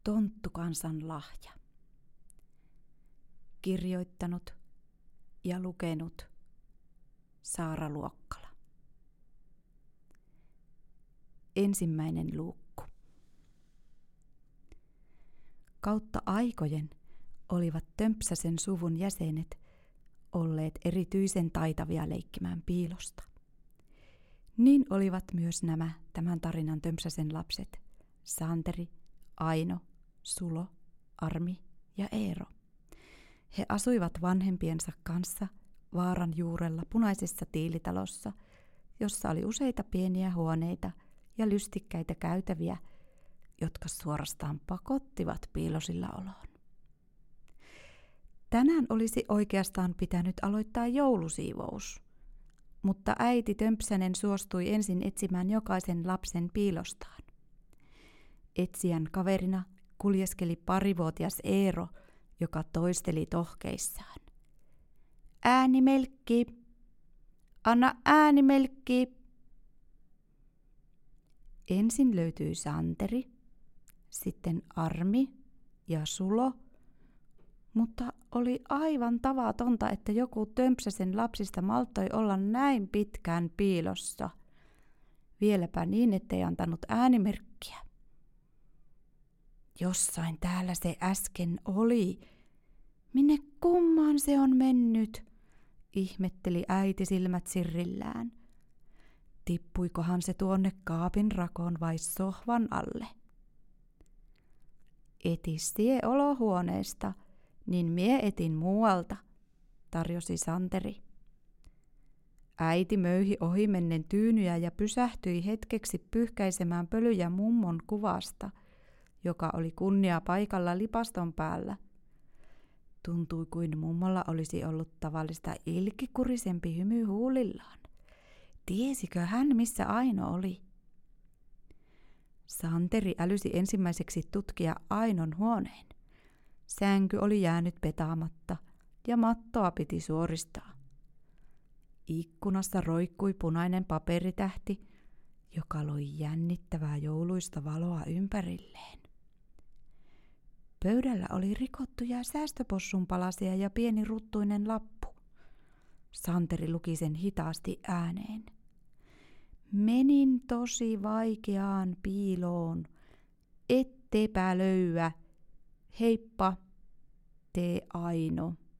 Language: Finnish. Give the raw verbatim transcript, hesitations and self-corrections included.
Tonttukansan lahja. Kirjoittanut ja lukenut Saara Luokkala. Ensimmäinen luukku. Kautta aikojen olivat Tömpsäsen suvun jäsenet olleet erityisen taitavia leikkimään piilosta. Niin olivat myös nämä tämän tarinan Tömpsäsen lapset, Santeri, Aino, Sulo, Armi ja Eero. He asuivat vanhempiensa kanssa vaaran juurella punaisessa tiilitalossa, jossa oli useita pieniä huoneita ja lystikkäitä käytäviä, jotka suorastaan pakottivat piilosilla oloon. Tänään olisi oikeastaan pitänyt aloittaa joulusiivous, mutta äiti Tömpsänen suostui ensin etsimään jokaisen lapsen piilostaan. Etsijän kaverina kuljeskeli parivuotias Eero, joka toisteli tohkeissaan. Äänimelkki! Anna äänimelkki! Ensin löytyi Santeri, sitten Armi ja Sulo, mutta oli aivan tavatonta, että joku Tömpsäsen lapsista malttoi olla näin pitkään piilossa. Vieläpä niin, ettei antanut äänimerkkiä. Jossain täällä se äsken oli. Minne kummaan se on mennyt? Ihmetteli äiti silmät sirrillään. Tippuikohan se tuonne kaapin rakoon vai sohvan alle? Etis tie olohuoneesta, niin mie etin muualta, tarjosi Santeri. Äiti möyhi ohimennen tyynyjä ja pysähtyi hetkeksi pyyhkäisemään pölyjä mummon kuvasta, joka oli kunnia paikalla lipaston päällä. Tuntui kuin mummolla olisi ollut tavallista ilkikurisempi hymy huulillaan. Tiesikö hän, missä Aino oli? Santeri älysi ensimmäiseksi tutkia Ainon huoneen. Sänky oli jäänyt petaamatta ja mattoa piti suoristaa. Ikkunassa roikkui punainen paperitähti, joka loi jännittävää jouluista valoa ympärilleen. Pöydällä oli rikottuja säästöpossun palasia ja pieni ruttuinen lappu. Santeri luki sen hitaasti ääneen. Menin tosi vaikeaan piiloon, ettepä löyä. Heippa, tee Aino.